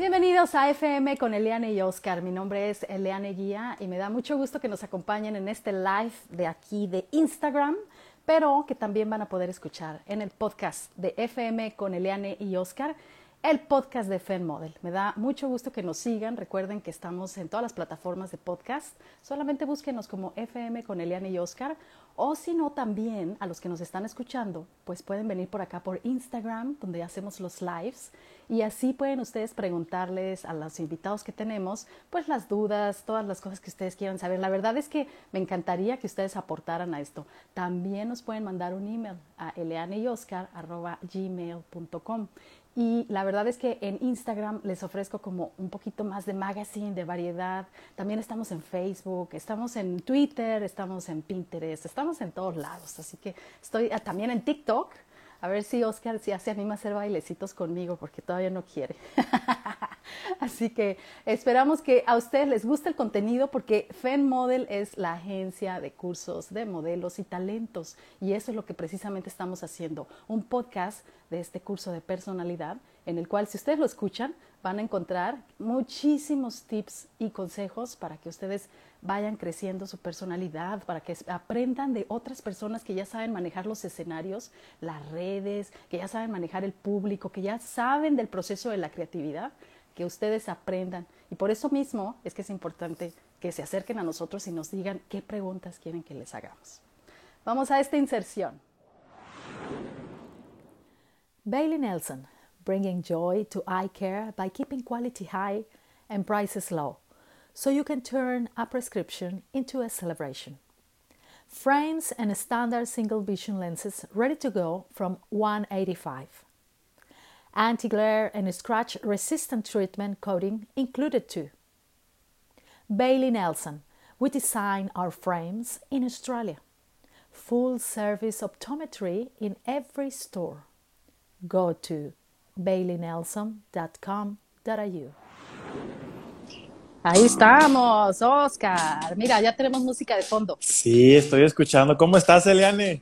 Bienvenidos a FM con Eliane y Oscar. Mi nombre es Eliane Guía y me da mucho gusto que nos acompañen en este live de aquí de Instagram, pero que también van a poder escuchar en el podcast de FM con Eliane y Oscar, el podcast de Fan Model. Me da mucho gusto que nos sigan. Recuerden que estamos en todas las plataformas de podcast. Solamente búsquenos como FM con Eliane y Oscar. O si no, también a los que nos están escuchando, pues pueden venir por acá por Instagram, donde hacemos los lives. Y así pueden ustedes preguntarles a los invitados que tenemos, pues las dudas, todas las cosas que ustedes quieran saber. La verdad es que me encantaría que ustedes aportaran a esto. También nos pueden mandar un email a elianeyoscar@gmail.com. Y la verdad es que en Instagram les ofrezco como un poquito más de magazine, de variedad. También estamos en Facebook, estamos en Twitter, estamos en Pinterest, estamos en todos lados. Así que estoy también en TikTok. A ver si Oscar ya se anima a hacer bailecitos conmigo, porque todavía no quiere. Así que esperamos que a ustedes les guste el contenido, porque Fan Model es la agencia de cursos de modelos y talentos. Y eso es lo que precisamente estamos haciendo. Un podcast de este curso de personalidad, en el cual, si ustedes lo escuchan, van a encontrar muchísimos tips y consejos para que ustedes vayan creciendo su personalidad, para que aprendan de otras personas que ya saben manejar los escenarios, las redes, que ya saben manejar el público, que ya saben del proceso de la creatividad, que ustedes aprendan. Y por eso mismo es que es importante que se acerquen a nosotros y nos digan qué preguntas quieren que les hagamos. Vamos a esta inserción. Bailey Nelson, bringing joy to eye care by keeping quality high and prices low, so you can turn a prescription into a celebration. Frames and standard single vision lenses ready to go from $185. Anti-glare and scratch-resistant treatment coating included too. Bailey Nelson, we design our frames in Australia. Full service optometry in every store. Go to baileynelson.com.au. Ahí estamos, Oscar. Mira, ya tenemos música de fondo. Sí, estoy escuchando. ¿Cómo estás, Eliane?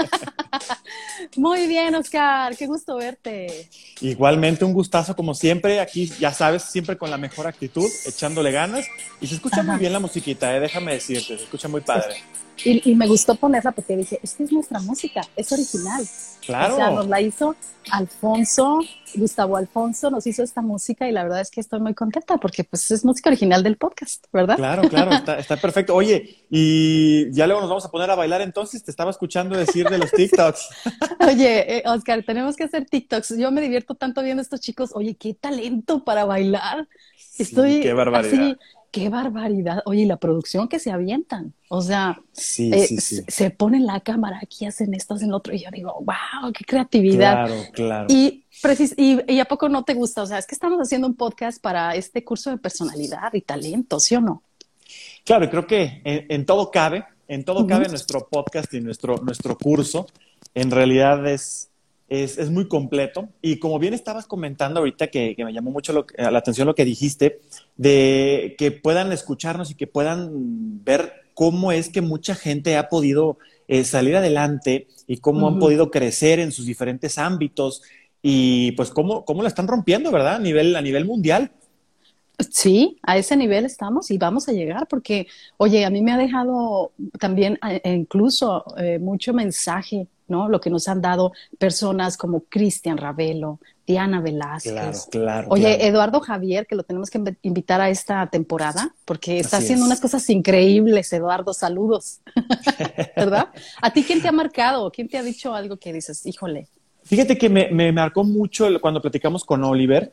Muy bien, Oscar. Qué gusto verte. Igualmente, un gustazo como siempre. Aquí, ya sabes, siempre con la mejor actitud, echándole ganas. Y se escucha muy bien la musiquita, déjame decirte. Se escucha muy padre. Y me gustó ponerla porque dije, esta es nuestra música, es original. Claro. O sea, nos la hizo Alfonso, Gustavo Alfonso nos hizo esta música y la verdad es que estoy muy contenta porque pues es música original del podcast, ¿verdad? Claro, está perfecto. Oye, y ya luego nos vamos a poner a bailar entonces. Te estaba escuchando decir de los TikToks. Oye, Oscar, tenemos que hacer TikToks. Yo me divierto tanto viendo a estos chicos. Oye, qué talento para bailar. Estoy Sí, qué barbaridad. así, qué barbaridad. Oye, y la producción que se avientan. O sea, Sí. se ponen la cámara, aquí hacen esto, hacen lo otro. Y yo digo, wow, qué creatividad. Claro. Y ¿a poco no te gusta? O sea, es que estamos haciendo un podcast para este curso de personalidad y talento, ¿sí o no? Claro, y creo que en todo cabe nuestro podcast y nuestro curso. En realidad es muy completo. Y como bien estabas comentando ahorita, que me llamó mucho la atención lo que dijiste, de que puedan escucharnos y que puedan ver cómo es que mucha gente ha podido salir adelante y cómo han podido crecer en sus diferentes ámbitos y pues cómo la están rompiendo, ¿verdad? A nivel mundial. Sí, a ese nivel estamos y vamos a llegar porque, oye, a mí me ha dejado también incluso mucho mensaje, ¿no? Lo que nos han dado personas como Cristian Ravelo, Diana Velázquez. Claro. Oye, Eduardo Javier, que lo tenemos que invitar a esta temporada porque está Así haciendo es. unas cosas increíbles, Eduardo, saludos. ¿Verdad? ¿A ti quién te ha marcado? ¿Quién te ha dicho algo que dices, híjole? Fíjate que me marcó mucho cuando platicamos con Oliver.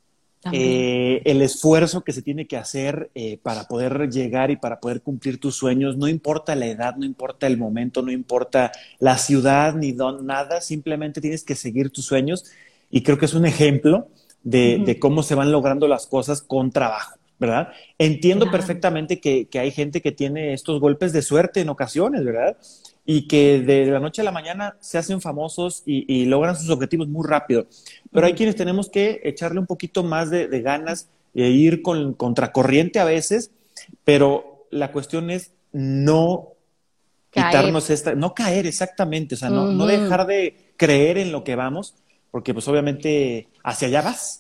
El esfuerzo que se tiene que hacer para poder llegar y para poder cumplir tus sueños, no importa la edad, no importa el momento, no importa la ciudad ni nada, simplemente tienes que seguir tus sueños y creo que es un ejemplo de cómo se van logrando las cosas con trabajo, ¿verdad? Entiendo perfectamente que hay gente que tiene estos golpes de suerte en ocasiones, ¿verdad? Y que de la noche a la mañana se hacen famosos y logran sus objetivos muy rápido. Pero hay quienes tenemos que echarle un poquito más de ganas e ir con contracorriente a veces, pero la cuestión es no quitarnos no caer exactamente, o sea, no dejar de creer en lo que vamos, porque pues obviamente hacia allá vas.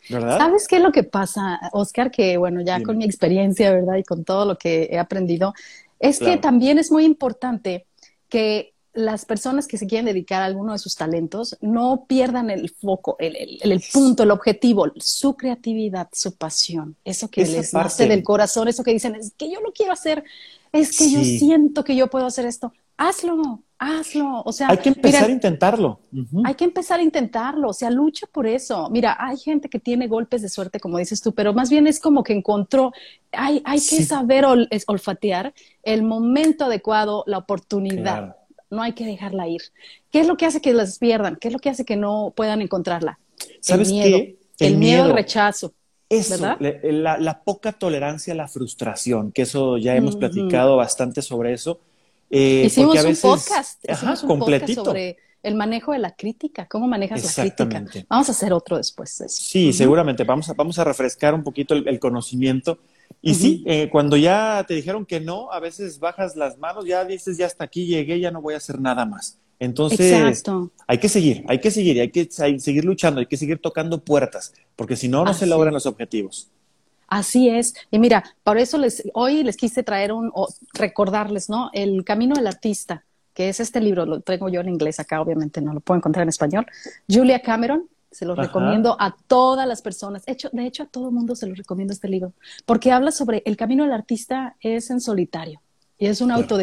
¿verdad? ¿Sabes qué es lo que pasa, Oscar? Que bueno, ya con Dime. mi experiencia, ¿verdad? Y con todo lo que he aprendido, es que Claro. también es muy importante que las personas que se quieren dedicar a alguno de sus talentos no pierdan el foco, el punto, el objetivo, su creatividad, su pasión, eso que Esa les nace del parte, corazón, eso que dicen, es que yo lo quiero hacer, es que yo sí. siento que yo puedo hacer esto. Hazlo, hazlo. O sea, Hay que empezar miren, a intentarlo. Ujú. hay que empezar a intentarlo, o sea, lucha por eso. Mira, hay gente que tiene golpes de suerte, como dices tú, pero más bien es como que encontró, hay que Sí, saber olfatear el momento adecuado, la oportunidad. claro. No hay que dejarla ir. ¿Qué es lo que hace que las pierdan? ¿Qué es lo que hace que no puedan encontrarla? ¿Sabes qué? El El miedo al miedo, rechazo, eso, ¿verdad? la poca tolerancia a la frustración, que eso ya hemos Ujú. platicado bastante sobre eso, porque a veces, ajá, Hicimos un podcast completito, sobre el manejo de la crítica, cómo manejas la crítica. exactamente. Vamos a hacer otro después de eso. Sí, Ujú, seguramente vamos a refrescar un poquito el conocimiento. Y sí, ujú. cuando ya te dijeron que no, a veces bajas las manos, ya dices, ya hasta aquí llegué, ya no voy a hacer nada más. Entonces, Exacto. hay que seguir, seguir luchando, hay que seguir tocando puertas, porque si no, no se Así logran es. los objetivos. Así es. Y mira, por eso hoy les quise traer o recordarles, ¿no? El Camino del Artista, que es este libro, lo traigo yo en inglés acá, obviamente no lo puedo encontrar en español. Julia Cameron, se los Ajá, recomiendo a todas las personas. De hecho, a todo mundo se los recomiendo este libro, porque habla sobre el camino del artista es en solitario. Y es un claro,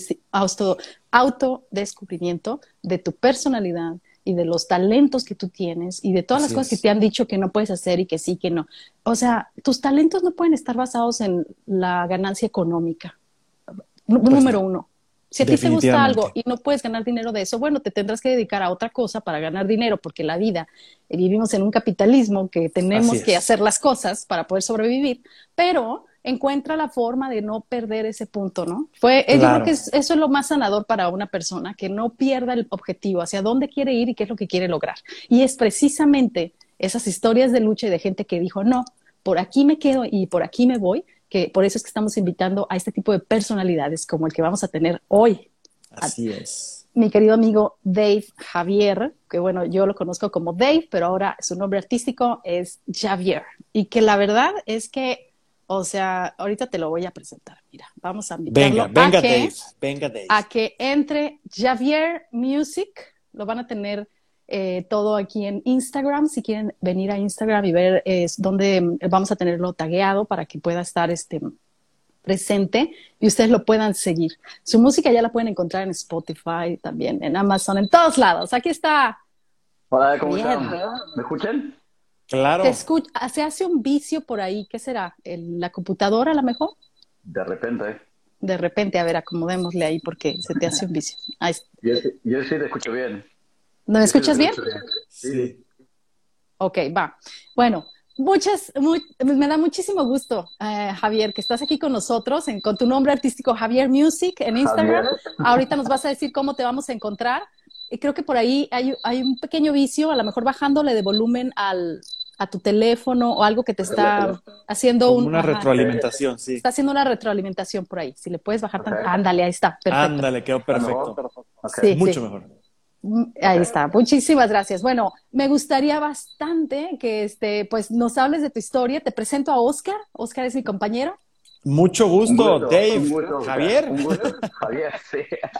autodescubrimiento de tu personalidad y de los talentos que tú tienes y de todas las así cosas que es. te han dicho que no puedes hacer y que sí, que no. O sea, tus talentos no pueden estar basados en la ganancia económica. Pues Número no, uno. Si a ti te gusta algo definitivamente. y no puedes ganar dinero de eso, bueno, te tendrás que dedicar a otra cosa para ganar dinero, porque la vida, vivimos en un capitalismo que Así tenemos que es. hacer las cosas para poder sobrevivir, pero encuentra la forma de no perder ese punto, ¿no? Yo creo que Claro, eso es lo más sanador para una persona, que no pierda el objetivo, hacia dónde quiere ir y qué es lo que quiere lograr. Y es precisamente esas historias de lucha y de gente que dijo, no, por aquí me quedo y por aquí me voy, que por eso es que estamos invitando a este tipo de personalidades como el que vamos a tener hoy, a así es. mi querido amigo Dave Javier, que bueno, yo lo conozco como Dave, pero ahora su nombre artístico es Javier. Y que la verdad es que, o sea, ahorita te lo voy a presentar. Mira, vamos a Venga, invitarlo venga Dave, venga Dave. a que entre Javier Music. Lo van a tener todo aquí en Instagram. Si quieren venir a Instagram y ver dónde vamos a tenerlo tagueado para que pueda estar presente y ustedes lo puedan seguir. Su música ya la pueden encontrar en Spotify, también en Amazon, en todos lados. Aquí está Hola, ¿cómo Javier. están? ¿Me escuchan? Claro, Se hace un vicio por ahí. ¿Qué será? ¿La computadora a lo mejor? De repente. De repente, a ver, acomodémosle ahí porque se te hace un vicio. Ahí está. Yo sí te escucho bien. ¿No me Yo sí te escuchas bien? escucho bien. Sí. sí. Ok, va. Bueno, me da muchísimo gusto, Javier, que estás aquí con nosotros, con tu nombre artístico Javier Music en Javier. Instagram. Ahorita nos vas a decir cómo te vamos a encontrar. Y creo que por ahí hay un pequeño vicio, a lo mejor bajándole de volumen a tu teléfono o algo que te está haciendo Como una retroalimentación, sí. está haciendo una retroalimentación por ahí. Si le puedes bajar Ok. ándale, ahí está, perfecto. Ándale, quedó ¿Está mejor? perfecto. Ok. Sí, Mucho sí. mejor. Ok. Ahí está. Muchísimas gracias. Bueno, me gustaría bastante que pues nos hables de tu historia. Te presento a Oscar. Oscar es mi compañero. Mucho gusto, Dave. Un gusto, Oscar. Javier. Un gusto, Javier, sí.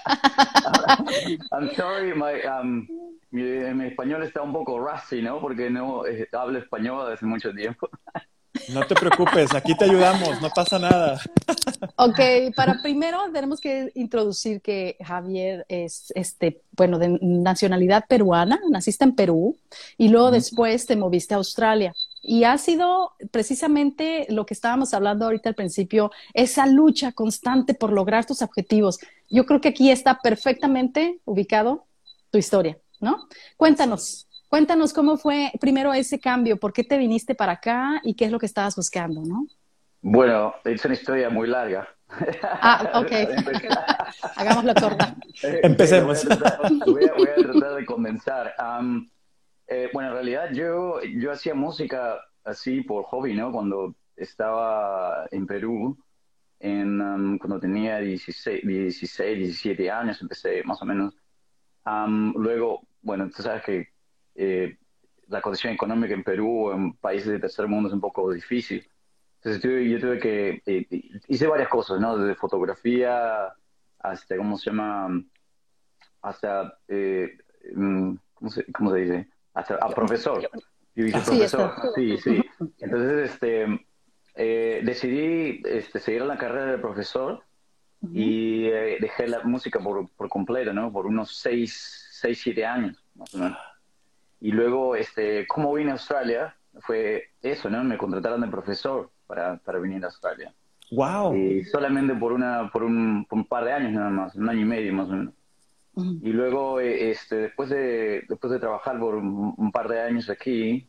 I'm sorry, mi español está un poco rusty, ¿no? Porque no hablo español desde mucho tiempo. No te preocupes, aquí te ayudamos, no pasa nada. Ok, para primero tenemos que introducir que Javier es, bueno, de nacionalidad peruana, naciste en Perú y luego después te moviste a Australia. Y ha sido precisamente lo que estábamos hablando ahorita al principio, esa lucha constante por lograr tus objetivos. Yo creo que aquí está perfectamente ubicado tu historia, ¿no? Así es. Cuéntanos cómo fue primero ese cambio, por qué te viniste para acá y qué es lo que estabas buscando, ¿no? Bueno, es una historia muy larga. Ah, ok. Hagámoslo corta. Sí, Empecemos. voy a tratar de condensar. Bueno, en realidad yo hacía música así por hobby, ¿no? Cuando estaba en Perú, cuando tenía 17 años, empecé más o menos. Luego, bueno, tú sabes que eh, la condición económica en Perú o en países de tercer mundo es un poco difícil. Entonces yo tuve que, hice varias cosas, ¿no? Desde fotografía hasta, ¿cómo se llama? Hasta, cómo se dice? Hasta a profesor. Yo hice Sí, profesor, está. sí, sí. Entonces, decidí seguir la carrera de profesor Ujú. y dejé la música por completo, ¿no? Por unos 7 años, más o menos. Y luego, ¿cómo vine a Australia? Fue eso, ¿no? Me contrataron de profesor para venir a Australia. Wow. Y solamente por un par de años nada más, un año y medio más o menos. Ujú. Y luego, después de trabajar por un par de años aquí,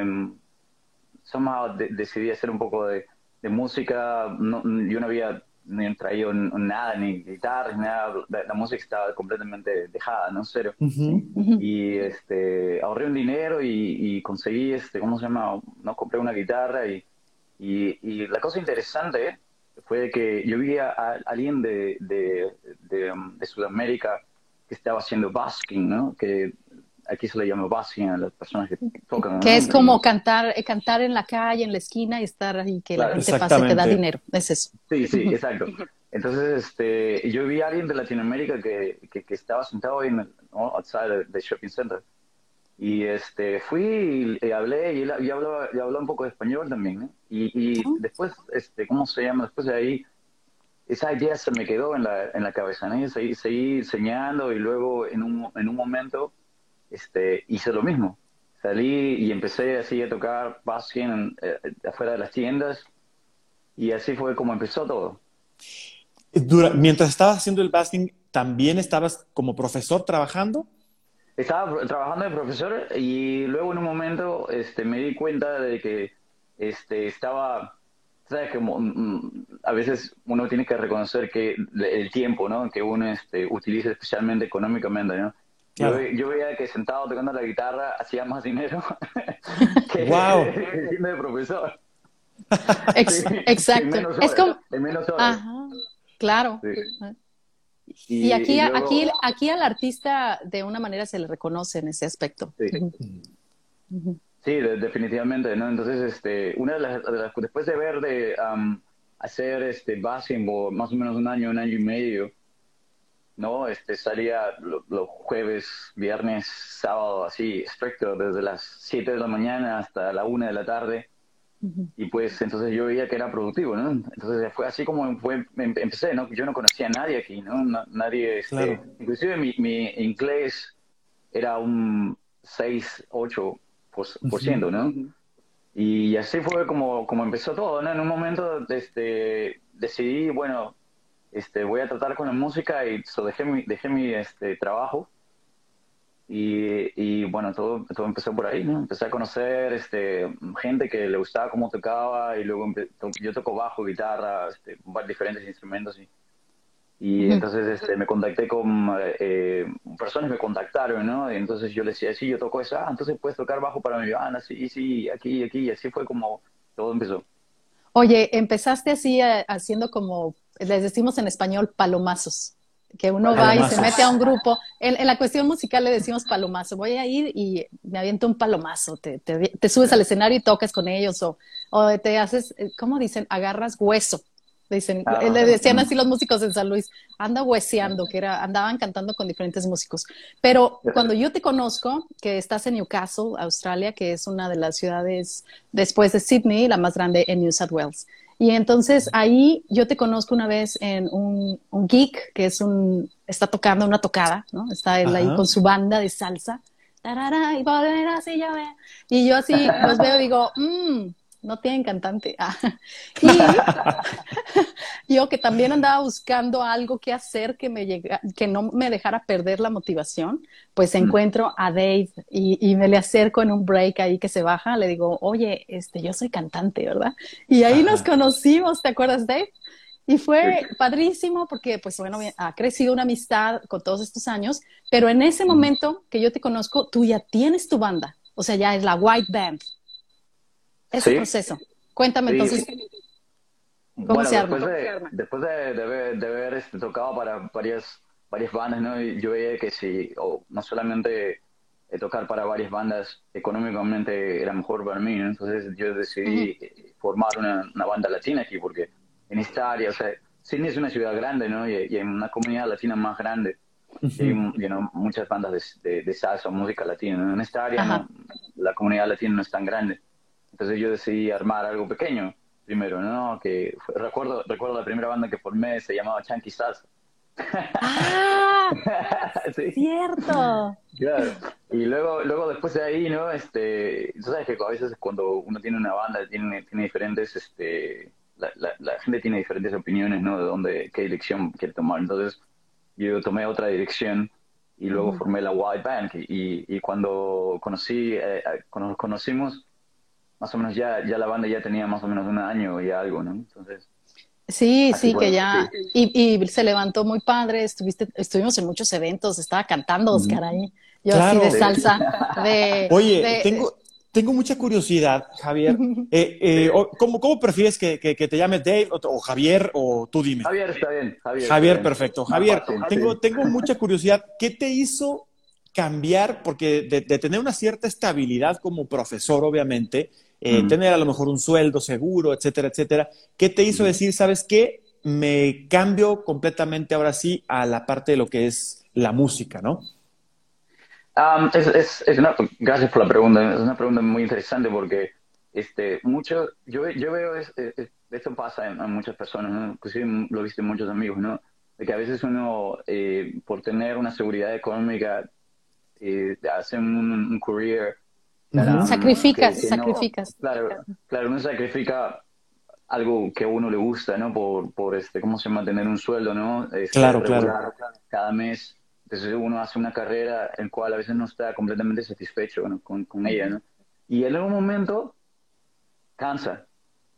somehow decidí hacer un poco de música. No, yo no había ni traído nada, ni guitarra, ni nada. La música estaba completamente dejada, ¿no? Cero. Ujú. Ujú. Y ahorré un dinero y conseguí, ¿cómo se llama? No, compré una guitarra y la cosa interesante fue que yo vi a alguien de Sudamérica que estaba haciendo busking, ¿no? Que aquí se le llama busking a las personas que tocan, Que es ¿no? como cantar, cantar en la calle, en la esquina y estar ahí que la Claro, gente pase y te da Exactamente. dinero. Es eso. sí, sí, Ujú. exacto. Entonces, yo vi a alguien de Latinoamérica que estaba sentado ahí ¿no? outside the shopping center. Y fui y hablé, y hablaba un poco de español también, ¿no? Y ¿No? después, ¿cómo se llama? Después de ahí, esa idea se me quedó en la cabeza, ¿no? Y seguí enseñando y luego en un momento, hice lo mismo. Salí y empecé así a tocar busking afuera de las tiendas y así fue como empezó todo. Mientras estabas haciendo el basking, ¿también estabas como profesor trabajando? Estaba trabajando de profesor y luego en un momento me di cuenta de que estaba, sabes que a veces uno tiene que reconocer que el tiempo, ¿no? Que uno utiliza especialmente económicamente, ¿no? Yo, Claro. yo veía que sentado tocando la guitarra hacía más dinero Wow. que siendo de profesor. Sí, en Exacto. menos Es horas, como, en menos horas. ajá, claro. Sí. Y Y luego, aquí al artista de una manera se le reconoce en ese aspecto. sí. Ujú, ujú, Sí, definitivamente, ¿no? Entonces, una después de ver hacer basking por más o menos un año y medio, ¿no? Salía los jueves, viernes, sábado, así, estricto, desde las 7 de la mañana hasta la 1 de la tarde, ujú, y pues entonces yo veía que era productivo, ¿no? Entonces fue así como empecé, ¿no? Yo no conocía a nadie aquí, ¿no? Nadie, Claro. inclusive mi inglés era un 6, 8%, ¿no? Y así fue como empezó todo, ¿no? En un momento decidí, bueno, voy a tratar con la música y dejé mi trabajo y bueno, todo empezó por ahí, ¿no? Empecé a conocer gente que le gustaba cómo tocaba y luego yo toco bajo, guitarra, diferentes instrumentos y ujú. entonces me contacté con personas me contactaron, ¿no? Y entonces yo les decía, sí, yo toco eso, entonces puedes tocar bajo para mi banda, sí, sí, aquí, y así fue como todo empezó. Oye, empezaste así haciendo como, les decimos en español, palomazos, que uno va y se mete a Palomazos. un grupo. En la cuestión musical le decimos palomazo. Voy a ir y me aviento un palomazo. Te subes al escenario y tocas con ellos o te haces, ¿cómo dicen? Agarras hueso. Dicen, le Ah, decían así los músicos en San Luis, anda hueseando, que era, andaban cantando con diferentes músicos. Pero cuando yo te conozco, que estás en Newcastle, Australia, que es una de las ciudades después de Sydney, la más grande en New South Wales. Y entonces ahí yo te conozco una vez en un geek, que es está tocando una tocada, ¿no? Está él ahí con Ajá. su banda de salsa. Tarara, y volver así yo veo. Y yo así los veo y digo, no tienen cantante. Ah. Y yo que también andaba buscando algo que hacer que no me dejara perder la motivación, pues mm, encuentro a Dave y me le acerco en un break ahí que se baja, le digo, oye, yo soy cantante, ¿verdad? Y ahí nos Ajá. conocimos, ¿te acuerdas, Dave? Y sí, fue padrísimo porque, pues bueno, ha crecido una amistad con todos estos años, pero en ese mm, momento que yo te conozco, tú ya tienes tu banda, o sea, ya es la White Band, ese sí, proceso. Cuéntame sí. entonces, ¿cómo Bueno, se arma? después de haber tocado para varias bandas, ¿no? Y yo veía que sí, o no solamente tocar para varias bandas económicamente era mejor para mí, ¿no? Entonces yo decidí formar una banda latina aquí, porque en esta área, o sea, Sydney es una ciudad grande, ¿no? Y hay una comunidad latina más grande. Y hay, Ujú. muchas bandas de salsa o música latina, ¿no? En esta área Ajá. no, la comunidad latina no es tan grande. Entonces yo decidí armar algo pequeño primero, ¿no? Recuerdo la primera banda que formé, se llamaba Chanqui Salsa. Ah, Sí. cierto. Claro. Y luego después de ahí, ¿no? Tú sabes que a veces cuando uno tiene una banda, tiene diferentes, la gente tiene diferentes opiniones, ¿no? De dónde, qué dirección quiere tomar. Entonces, yo tomé otra dirección y luego Ujú. formé la White Band. Y cuando cuando nos conocimos, más o menos ya la banda ya tenía más o menos un año y algo, ¿no? Entonces, Sí, así sí, fue. que Sí. ya, y se levantó muy padre, estuvimos en muchos eventos, estaba cantando Ujú. Oscar ahí, yo así de Claro. Sí. salsa, Oye, de, tengo mucha curiosidad, Javier. ¿Cómo prefieres que te llame Dave o Javier o tú dime? Javier está bien, Javier está Javier, bien. perfecto. Más Javier, fácil, sí. tengo mucha curiosidad. ¿Qué te hizo cambiar? Porque de tener una cierta estabilidad como profesor, obviamente, Ujú. tener a lo mejor un sueldo seguro, etcétera, etcétera, ¿qué te hizo Ujú. decir, sabes qué? Me cambio completamente ahora sí a la parte de lo que es la música, ¿no? Gracias por la pregunta. Es una pregunta muy interesante porque yo veo esto pasa en muchas personas, ¿no? Inclusive lo he visto en muchos amigos, ¿no? De que a veces uno, por tener una seguridad económica, hace un career Ujú. que no, sacrificas. claro, uno sacrifica algo que a uno le gusta, ¿no? ¿Cómo se llama? Tener un sueldo, ¿no? Claro, claro. Regular cada mes. Entonces uno hace una carrera en cual a veces no está completamente satisfecho, ¿no? con ella, ¿no? Y en algún momento cansa.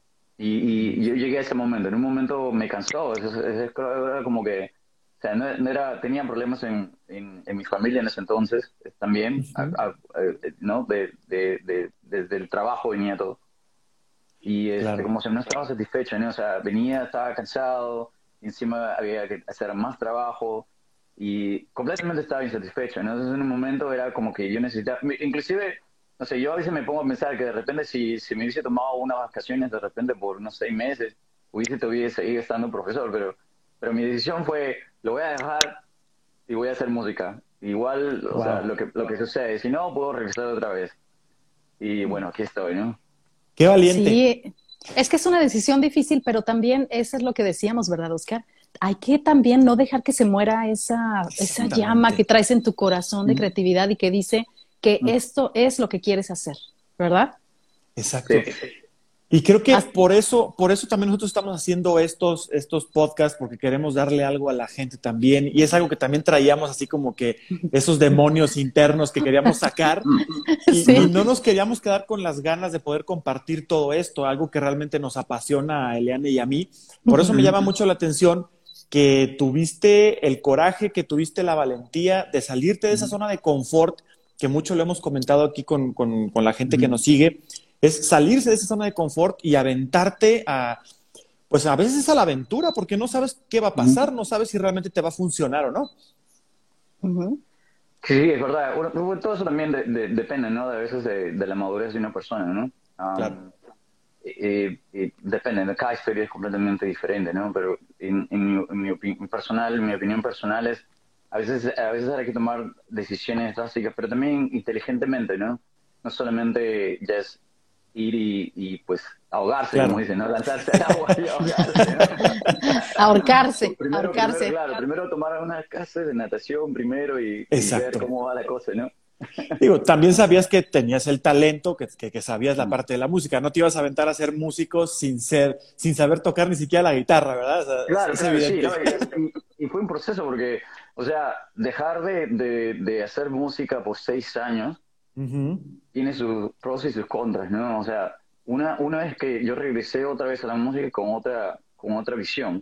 Y yo llegué a ese momento. En un momento me cansó. Era como que, o sea, no era, tenía problemas en mi familia en ese entonces también, Ujú. ¿no? Desde el trabajo venía todo. Y Claro. como si no estaba satisfecho, ¿no? O sea, venía, estaba cansado, y encima había que hacer más trabajo y completamente estaba insatisfecho, ¿no? Entonces en un momento era como que yo necesitaba, inclusive, no sé, yo a veces me pongo a pensar que de repente si me hubiese tomado unas vacaciones de repente por unos 6 meses, hubiese todavía seguido estando profesor, pero mi decisión fue, lo voy a dejar y voy a hacer música. Igual, o sea, Wow. lo que sucede, si no, puedo regresar otra vez. Y bueno, aquí estoy, ¿no? Qué valiente. Sí, es que es una decisión difícil, pero también eso es lo que decíamos, ¿verdad, Oscar? Hay que también no dejar que se muera esa llama que Exactamente. traes en tu corazón de creatividad y que dice que esto es lo que quieres hacer, ¿verdad? Sí. Exacto. Y creo que Haz- por eso también nosotros estamos haciendo estos podcasts, porque queremos darle algo a la gente también. Y es algo que también traíamos así como que esos demonios internos que queríamos sacar y Sí. no nos queríamos quedar con las ganas de poder compartir todo esto, algo que realmente nos apasiona a Eliane y a mí. Por eso me llama mucho la atención que tuviste el coraje, que tuviste la valentía de salirte de esa zona de confort, que mucho lo hemos comentado aquí con la gente que nos sigue, es salirse de esa zona de confort y aventarte a, pues a veces a la aventura, porque no sabes qué va a pasar, no sabes si realmente te va a funcionar o no. Ujú. Sí, es verdad. Todo eso también depende, ¿no? De a veces de la madurez de una persona, ¿no? Claro. Depende, cada historia es completamente diferente, ¿no? Pero mi opinión personal es, a veces hay que tomar decisiones drásticas, pero también inteligentemente, ¿no? No solamente ya es ir pues ahogarse, como Claro. dicen, ¿no? Lanzarse al agua y ahogarse, ¿no? Ahorcarse, Primero, ahorcarse. claro, primero tomar unas clases de natación primero y ver Exacto. cómo va la cosa, ¿no? Digo, también sabías que tenías el talento, que sabías la parte de la música. No te ibas a aventar a ser músico sin saber tocar ni siquiera la guitarra, ¿verdad? O sea, Claro, es claro, sí, ¿no? evidente. Y fue un proceso porque, o sea, dejar de hacer música por 6 años Ujú. tiene sus pros y sus contras, ¿no? O sea, una vez que yo regresé otra vez a la música con otra visión,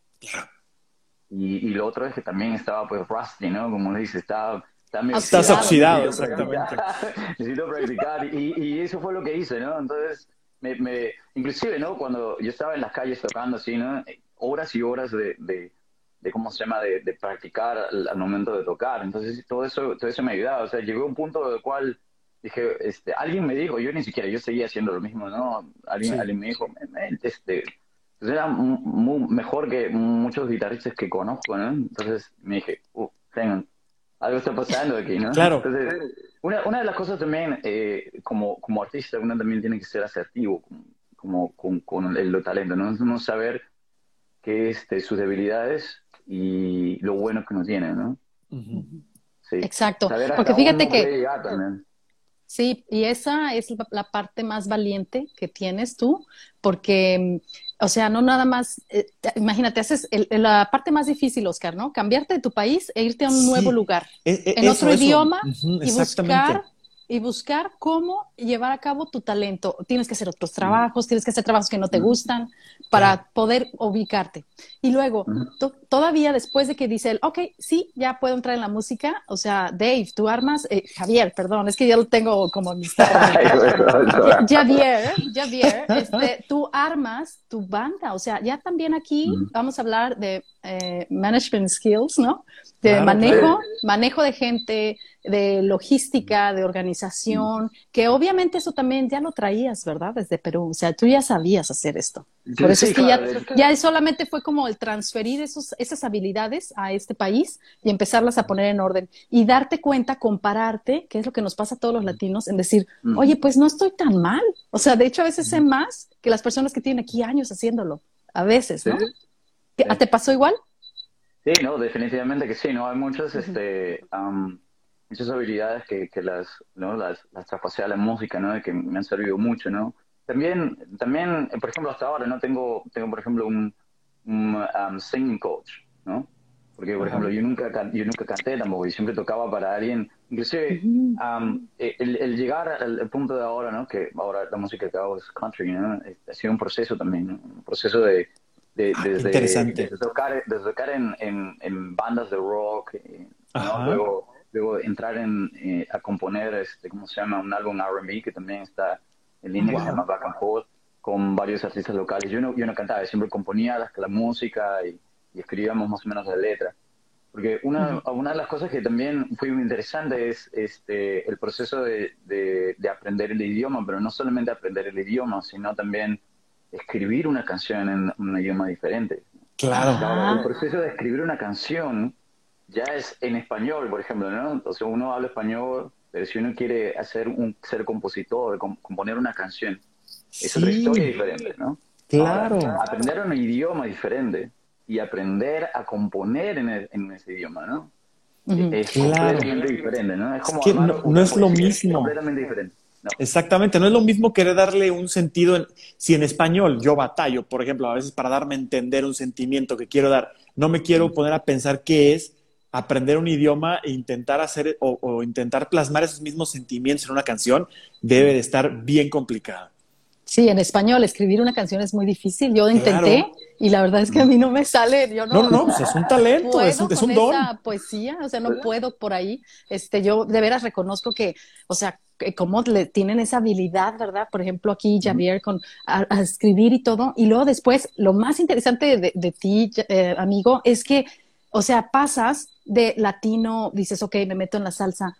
y lo otro es que también estaba pues rusty, ¿no? Como le dice, estaba medio Estás oxidado, oxidado, necesito practicar, exactamente. necesito practicar, y eso fue lo que hice, ¿no? Entonces, inclusive, ¿no? Cuando yo estaba en las calles tocando así, ¿no? Horas y horas de ¿cómo se llama?, de practicar al momento de tocar. Entonces, todo eso me ayudaba. O sea, llegó a un punto del cual dije, alguien me dijo, yo ni siquiera, yo seguía haciendo lo mismo, ¿no? Sí. Alguien me dijo, pues era mejor que muchos guitarristas que conozco, ¿no? Entonces me dije, tengan, algo está pasando aquí, ¿no? Claro. Entonces, una de las cosas también, como artista, uno también tiene que ser asertivo con el talento, ¿no? Uno saber qué es sus debilidades y lo bueno que uno tiene, ¿no? Ujú. Sí. Exacto, Saber porque hasta dónde fíjate uno puede que llegar también. sí, y esa es la parte más valiente que tienes tú, porque, o sea, no nada más, imagínate, haces la parte más difícil, Oscar, ¿no? Cambiarte de tu país e irte a un nuevo Sí, lugar, en otro eso. idioma Ujú, y buscar, exactamente. y buscar cómo llevar a cabo tu talento. Tienes que hacer otros Ujú, trabajos, tienes que hacer trabajos que no te ujú, gustan Claro. para poder ubicarte. Y luego, ujú. todavía después de que dice él, ok, sí, ya puedo entrar en la música, o sea, Dave, tú armas, Javier, perdón, es que ya lo tengo como por mi, Ay, bueno, Javier, tú armas tu banda, o sea, ya también aquí ujú. vamos a hablar de management skills, ¿no? De Claro, claro. manejo de gente, de logística, de Sí. organización, que obviamente eso también ya lo traías, ¿verdad? Desde Perú, o sea, tú ya sabías hacer esto. Por eso es Sí, que claro. De hecho, ya solamente fue como el transferir esas habilidades a este país y empezarlas a poner en orden y darte cuenta, compararte, que es lo que nos pasa a todos los latinos, en decir, oye, ujú, pues no estoy tan mal. O sea, de hecho, a veces sé más que las personas que tienen aquí años haciéndolo. A veces, sí, ¿no? sí. ¿Te pasó igual? Sí, no, definitivamente que sí, ¿no? Hay muchas, Ujú. muchas habilidades que ¿no? Las traspasé a la música, ¿no? Y que me han servido mucho, ¿no? También, por ejemplo, hasta ahora, ¿no? Tengo por ejemplo, un singing coach, ¿no? Porque, por Ajá. ejemplo, yo nunca canté tampoco, y siempre tocaba para alguien. Inclusive, Ujú. el llegar al punto de ahora, ¿no? Que ahora la música que hago es country, ¿no? Ha sido un proceso también, ¿no? Un proceso Qué desde, interesante. desde tocar en bandas de rock, ¿no? Ajá. Luego entrar a componer, ¿cómo se llama? Un álbum R&B que también está en línea, que se llama Wow. Back and Forth, con varios artistas locales. Yo no cantaba, siempre componía la música y escribíamos más o menos la letra. Porque Ujú. una de las cosas que también fue muy interesante es el proceso de aprender el idioma, pero no solamente aprender el idioma, sino también escribir una canción en un idioma diferente. Claro. Ahora, el Ajá. proceso de escribir una canción ya es en español, por ejemplo, ¿no? Entonces uno habla español, pero si uno quiere ser compositor, componer una canción, es otra historia Sí, diferente, ¿no? Ahora, claro. aprender un idioma diferente y aprender a componer en ese idioma, ¿no? Ujú. Es Claro. completamente diferente, ¿no? Es Es como que armar no, no una es lo poesía, es mismo. completamente diferente. No. Exactamente, no es lo mismo querer darle un sentido, si en español yo batallo, por ejemplo, a veces para darme a entender un sentimiento que quiero dar, no me quiero poner a pensar qué es aprender un idioma e intentar hacer o intentar plasmar esos mismos sentimientos en una canción, debe de estar bien complicado. Sí, en español escribir una canción es muy difícil. Yo intenté Claro. y la verdad es que a mí no me sale. Yo No, no, no, no, pues es un talento, puedo es con un don. esa poesía, o sea, no puedo por ahí. Yo de veras reconozco que, o sea, que cómo le tienen esa habilidad, ¿verdad? Por ejemplo, aquí Ujú. Javier con a escribir y todo. Y luego después, lo más interesante de ti, amigo, es que, o sea, pasas de latino, dices, ok, me meto en la salsa,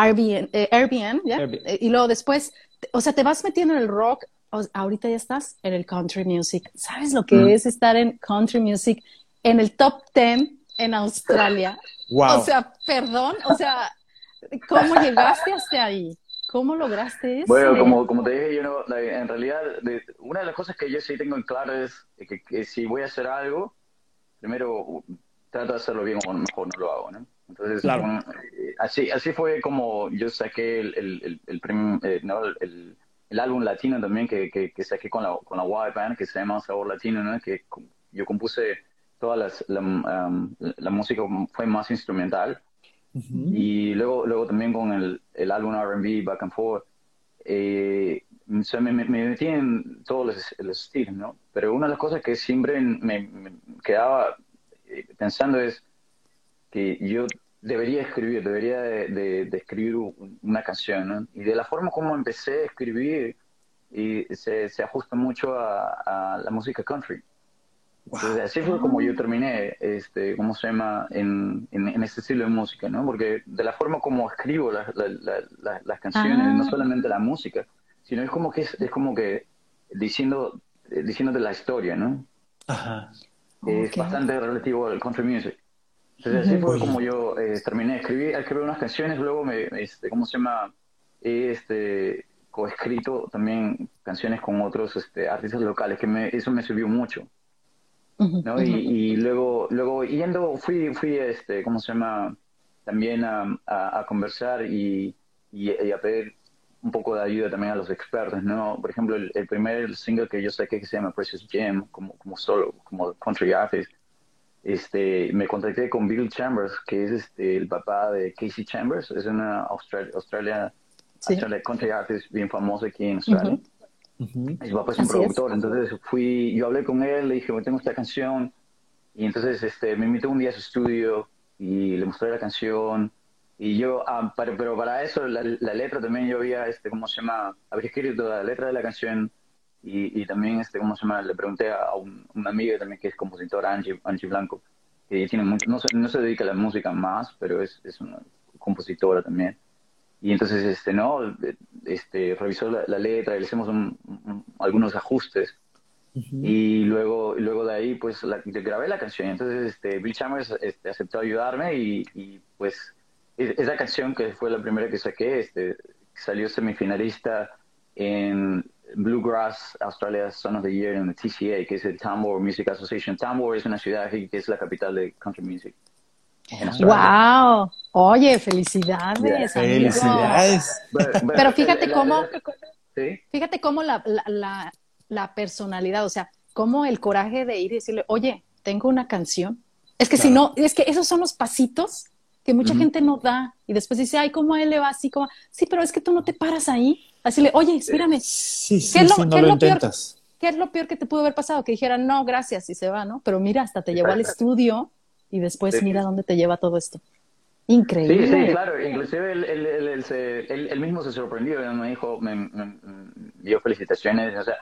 Airbnb, ¿ya? Y luego después, o sea, te vas metiendo en el rock, ahorita ya estás en el country music. ¿Sabes lo que Ujú. es estar en country music en el top 10 en Australia? O Wow. sea, perdón, o sea, ¿cómo llegaste hasta ahí? ¿Cómo lograste Bueno, eso? como te dije, yo no, en realidad, una de las cosas que yo sí tengo en claro es que si voy a hacer algo, primero trato de hacerlo bien o mejor no lo hago, ¿no? Entonces, Claro. así fue como yo saqué ¿no? el álbum latino también que saqué con la Wild Band, que se llama Sabor Latino, ¿no? Yo compuse toda la música, fue más instrumental. Ujú. Y luego también con el álbum R&B, Back and Forth, o sea, me metí en todos los estilos, ¿no? Pero una de las cosas que siempre me quedaba pensando es que yo debería de escribir una canción, ¿no? Y de la forma como empecé a escribir, y se ajusta mucho a la música country. Entonces, Wow. así fue como yo terminé, ¿cómo se llama? En este estilo de música, ¿no? Porque de la forma como escribo las canciones, no Ah, solamente la música, sino es como que es como que diciendo, diciéndote la historia, ¿no? Ajá. Es ok. bastante relativo al country music. Entonces, así Ujú. fue como Oye, yo terminé, escribí unas canciones, luego ¿cómo se llama? He coescrito también canciones con otros artistas locales, eso me sirvió mucho. Ujú, ¿No? ujú. Y luego fui ¿cómo se llama? También a conversar y a pedir un poco de ayuda también a los expertos, ¿no? Por ejemplo, el primer single que yo saqué que se llama Precious Gem, como solo, como country artist, me contacté con Bill Chambers, que es el papá de Casey Chambers, es una Sí. country artist bien famosa aquí en Australia. Ujú. ujú. Mi papá es un Así es. productor, entonces yo hablé con él, le dije, bueno, tengo esta canción, y entonces me invitó un día a su estudio y le mostré la canción. Y yo, pero para eso, la letra también yo había, ¿cómo se llama? Había escrito la letra de la canción y también, ¿cómo se llama? Le pregunté a una amiga también que es compositora, Angie Blanco, que ella tiene mucho, no se dedica a la música más, pero es una compositora también. Y entonces, ¿no? Revisó la letra y le hicimos algunos ajustes Ujú. y luego de ahí, pues, grabé la canción. Entonces, Bill Chambers aceptó ayudarme pues, esa canción que fue la primera que saqué, salió semifinalista en Bluegrass Australia Son of the Year en el TCA, que es el Tamworth Music Association. Tamworth es una ciudad aquí que es la capital de country music en Oh, Australia. Wow. Oye, Yeah. felicidades, amigo. felicidades. Pero ¿Sí? fíjate cómo la personalidad, o sea, cómo el coraje de ir y decirle, oye, tengo una canción. Es que si Claro. no, es que esos son los pasitos que mucha Ujú. gente no da y después dice, ay, ¿cómo a él le va así? Como, sí, pero es que tú no te paras ahí. Así le, oye, espérame, Sí, sí, sí, no qué es lo lo peor? intentas. ¿Qué es lo peor que te pudo haber pasado? Que dijera, no, gracias, y se va, ¿no? Pero mira, hasta te llevó al Exacto. estudio y después mira Sí. dónde te lleva todo esto. Sí, sí, Increíble. claro. Inclusive él mismo se sorprendió, ¿no? Me dijo, me dio felicitaciones. O sea,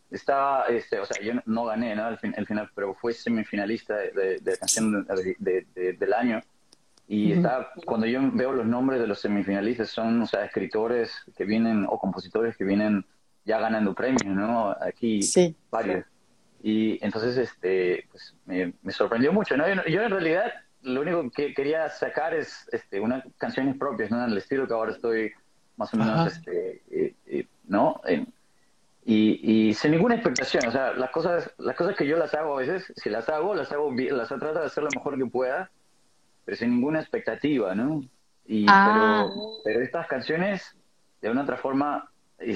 o sea, yo no gané, ¿no? Al final, pero fue semifinalista de la canción del año. Y Ujú. cuando yo veo los nombres de los semifinalistas, son, o sea, escritores que vienen o compositores que vienen ya ganando premios, ¿no? Aquí Sí. varios. Y entonces, pues me sorprendió mucho, ¿no? Yo en realidad lo único que quería sacar es unas canciones propias, ¿no? En el estilo que ahora estoy más o menos, Ajá. ¿no? Y sin ninguna expectación, o sea, las cosas que yo las hago a veces, si las hago bien, trato de hacer lo mejor que pueda, pero sin ninguna expectativa, ¿no? Ah, Pero estas canciones, de una otra forma,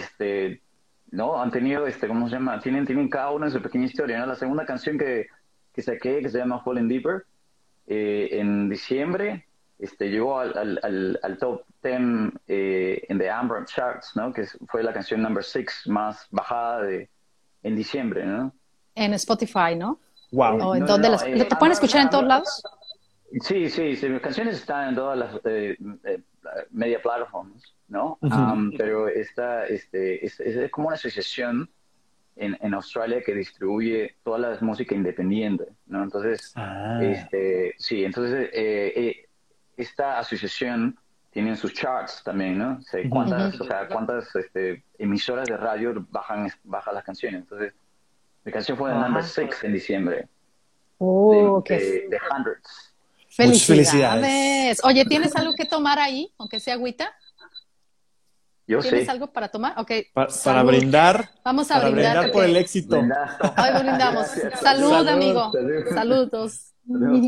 ¿no? Han tenido, ¿cómo se llama? Tienen cada una su pequeña historia, ¿no? La segunda canción que saqué, que se llama Falling Deeper, en diciembre, llegó al top 10 en The Amber Charts, ¿no? Fue la canción number 6 más bajada en diciembre, ¿no? en Spotify, ¿no? Wow. ¿O en No, no, dónde no. las... ¿Te pueden escuchar en todos lados? Sí, sí, sí, mis canciones están en todas las media plataformas, ¿no? Ujú. Pero es como una asociación en Australia que distribuye toda la música independiente, ¿no? Entonces, Ah. sí, entonces esta asociación tiene sus charts también, ¿no? O sea, Ujú. Ujú. cuántas emisoras de radio bajan las canciones. Entonces, mi canción fue de number Ajá. 6 en diciembre, Oh, de Hundreds. Muchas felicidades. felicidades. Oye, ¿tienes algo que tomar ahí, aunque sea agüita? Yo ¿Tienes sé. algo para tomar? Ok, salud. Para Vamos a para brindar brindar por el porque éxito. Vendazo. hoy brindamos. Gracias, salud. Salud, Salud. amigo. Salud. Saludos. Salud.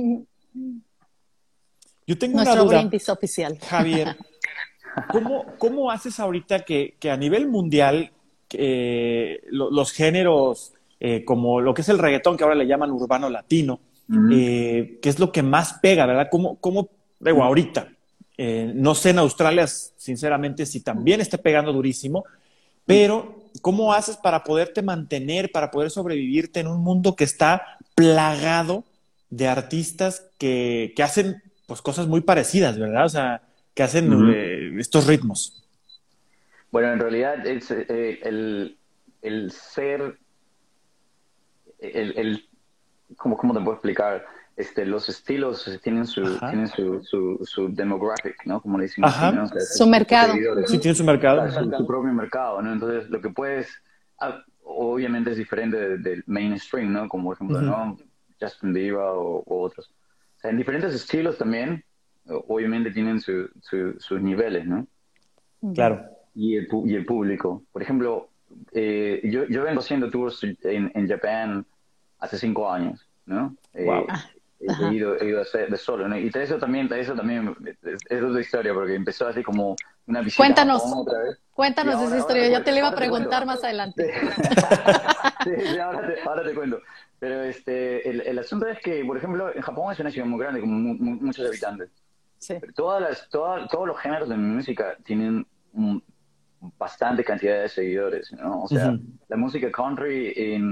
Yo tengo una Nuestro duda, brindis oficial. Javier. ¿Cómo haces ahorita que a nivel mundial los géneros como lo que es el reggaetón, que ahora le llaman urbano latino, Ujú. que es lo que más pega, ¿verdad? ¿Cómo digo, ahorita? No sé en Australia, sinceramente, si también esté pegando durísimo, pero ¿cómo haces para poderte mantener, para poder sobrevivirte en un mundo que está plagado de artistas que hacen pues cosas muy parecidas, ¿verdad? O sea, que hacen Ujú. estos ritmos. Bueno, en realidad es el ser, el ¿cómo te puedo explicar? Los estilos Ajá. tienen su demographic, ¿no? Como le decimos así, ¿no? O Ajá. sea, Su sus mercado. seguidores, Sí, Ujú. tiene su mercado. claro, su propio mercado, ¿no? Entonces, lo que puedes, obviamente es diferente del mainstream, ¿no? Como por ejemplo, Ujú. ¿no? Justin Bieber o otros. O sea, en diferentes estilos también, obviamente tienen sus niveles, ¿no? Ujú. Claro. Y el público. Por ejemplo, yo vengo haciendo tours en Japón hace 5 años, ¿no? Wow. Ah, ajá. He ido a hacer de solo, ¿no? Y eso también es otra historia, porque empezó así como una visita a Japón Cuéntanos, otra vez. Y cuéntanos esa historia. Yo te la iba a ahora te cuento. preguntar más Sí, adelante. sí, sí, ahora te cuento. Pero el asunto es que, por ejemplo, en Japón es una ciudad muy grande, con muchos habitantes. Sí. Pero todos los géneros de música tienen bastante cantidad de seguidores, ¿no? O sea, Ujú. la música country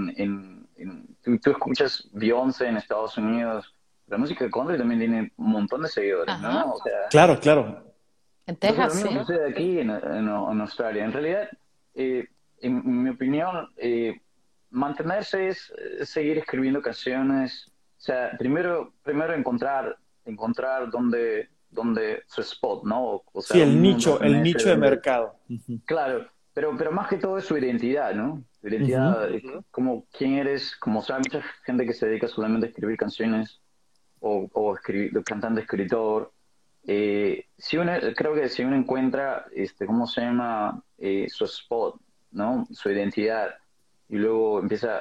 tú escuchas Beyoncé en Estados Unidos, la música country también tiene un montón de seguidores, Ajá. ¿no? O sea, Claro, claro. En entonces lo Texas, mismo sí. sucede aquí en Australia. En realidad, en mi opinión, mantenerse es seguir escribiendo canciones. O sea, primero encontrar dónde su spot, ¿no? O sea, Sí, dónde uno el pertenece, nicho de dónde, mercado. Ujú. claro, pero más que todo es su identidad, ¿no? Su Ujú. identidad, como quién eres, como sabe mucha gente que se dedica solamente a escribir canciones o cantante, escritor. Creo que si uno encuentra, ¿cómo se llama? Su spot, ¿no? Su identidad, y luego empieza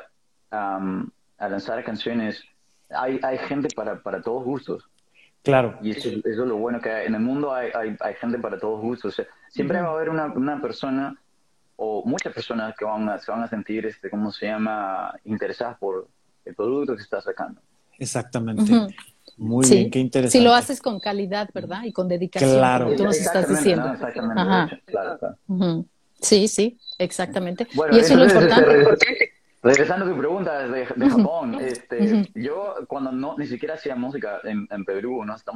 a lanzar canciones, hay gente para todos gustos. Claro. Y eso es lo bueno que hay. En el mundo hay gente para todos gustos. O sea, siempre va a Ujú. haber una persona o muchas personas que se van a sentir, ¿cómo se llama? Interesadas por el producto que se está sacando. Exactamente. Ujú. Muy bien, Sí, qué si lo interesante. haces con calidad, ¿verdad? Y con dedicación, como Claro. tú nos estás Exactamente, ¿no? diciendo. Exactamente, de Ajá. hecho, claro, claro. Ujú. Sí, sí, exactamente. Bueno, Y eso es lo entonces, importante. regresando a tu pregunta de Ujú. Japón, Ujú. yo cuando no, ni siquiera hacía música en Perú, ¿no?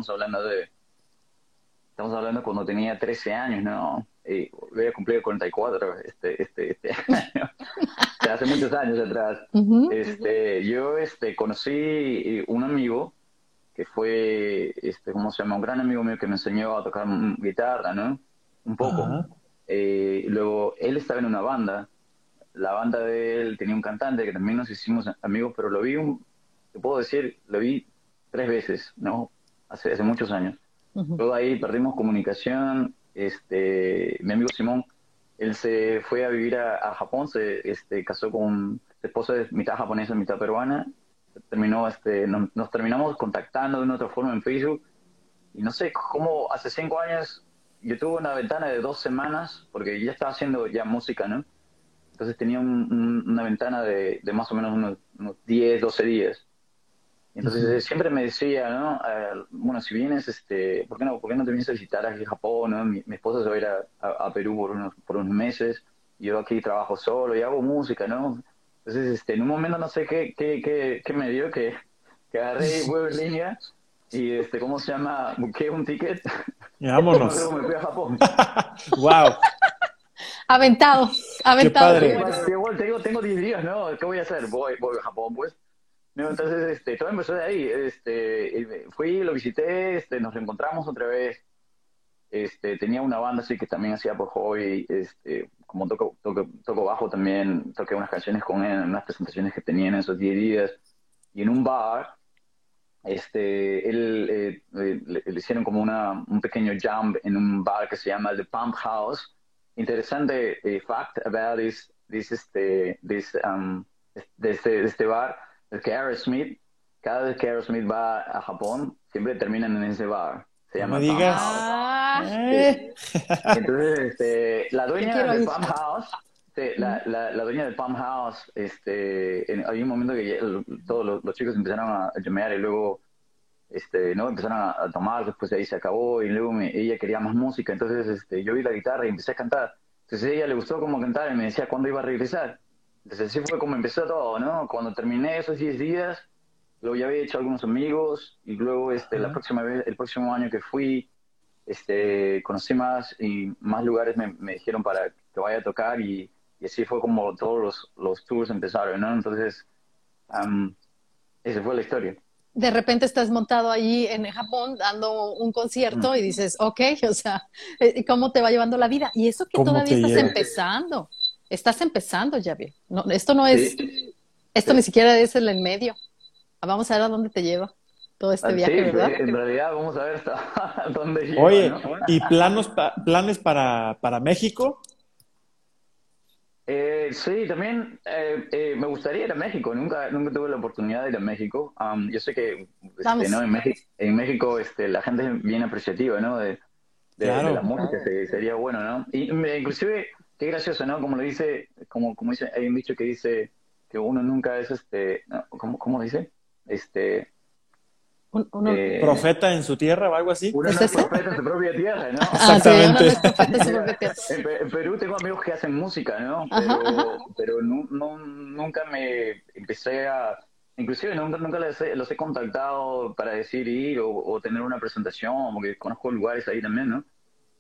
Estamos hablando cuando tenía 13 años, ¿no? Voy a cumplir 44 este año. O sea, hace muchos años atrás. Ujú. Yo conocí un amigo que fue, ¿cómo se llama? Un gran amigo mío que me enseñó a tocar guitarra, ¿no? Un poco. Ajá. Luego, él estaba en una banda. La banda de él tenía un cantante que también nos hicimos amigos, pero te puedo decir, lo vi 3 veces, ¿no? Hace muchos años. Ujú. Luego ahí perdimos comunicación. Mi amigo Simón, él se fue a vivir a Japón, se casó con su esposa, es mitad japonesa, mitad peruana. Nos terminamos contactando de una otra forma en Facebook. Y no sé cómo hace 5 años yo tuve una ventana de 2 semanas, porque ya estaba haciendo ya música, ¿no? Entonces tenía una ventana de más o menos unos 10, 12 días. Entonces Ujú. siempre me decía, ¿no? Bueno, si vienes, por qué no te vienes a visitar aquí a Japón, ¿no? Mi esposa se va a ir a Perú por unos meses, y yo aquí trabajo solo y hago música, ¿no? Entonces, en un momento no sé qué me dio, que agarré web en línea y, ¿cómo se llama? Busqué un ticket Y y vámonos. me fui a Japón. Wow, Aventado, qué aventado padre. como eres. Igual tengo 10 días, ¿no? ¿Qué voy a hacer? Voy a Japón, pues. No, entonces, todo empezó de ahí. Fui, lo visité, nos reencontramos otra vez. Tenía una banda así que también hacía por hobby. Como toco bajo también, toqué unas canciones con él en unas presentaciones que tenía en esos 10 días. Y en un bar, le hicieron como un pequeño jump en un bar que se llama The Pump House. Interesante fact about de este bar, es que Aerosmith, cada vez que Aerosmith va a Japón, siempre terminan en ese bar. Se No me llama Pump digas. House. Ah, Sí. Eh. Entonces, la yo dueña quiero de ir. Pump House, sí, Ujú. la dueña de Pump House, hay un momento que todos los chicos empezaron a llamear y luego ¿no? Empezaron a tomar, después de ahí se acabó y luego ella quería más música, entonces yo vi la guitarra y empecé a cantar. Entonces a ella le gustó cómo cantaba y me decía cuándo iba a regresar. Entonces así fue como empezó todo, ¿no? Cuando terminé esos 10 días, luego ya había hecho algunos amigos y luego la Ajá. próxima vez, el próximo año que fui, conocí más y más lugares me dijeron para que vaya a tocar y así fue como todos los tours empezaron, ¿no? Entonces, esa fue la historia. De repente estás montado allí en Japón dando un concierto y dices, ok, o sea, ¿cómo te va llevando la vida? Y eso que ¿Cómo todavía te lleva? estás empezando, Javier. No, esto no es, Sí, esto ni siquiera es el en medio. Vamos a ver a dónde te lleva todo este sí, viaje, ¿verdad? en realidad vamos a ver hasta dónde lleva, Oye, ¿no? ¿y planes para México? Sí, también me gustaría ir a México. Nunca tuve la oportunidad de ir a México. Yo sé que ¿no? Vamos. En México la gente es bien apreciativa, ¿no? De la Claro. música, sería bueno, ¿no? Y inclusive, qué gracioso, ¿no? Como lo dice, como dice, hay un dicho que dice que uno nunca es no, ¿cómo dice? Este, Uno, eh, ¿Profeta en su tierra o algo así? uno ¿es no es ese? profeta en su propia tierra, ¿no? Ah, sí, uno no Exactamente. es profeta en su propia tierra. En Perú tengo amigos que hacen música, ¿no? Ajá, ajá. Pero nunca me empecé inclusive nunca los he contactado para decir ir o tener una presentación, porque conozco lugares ahí también, ¿no?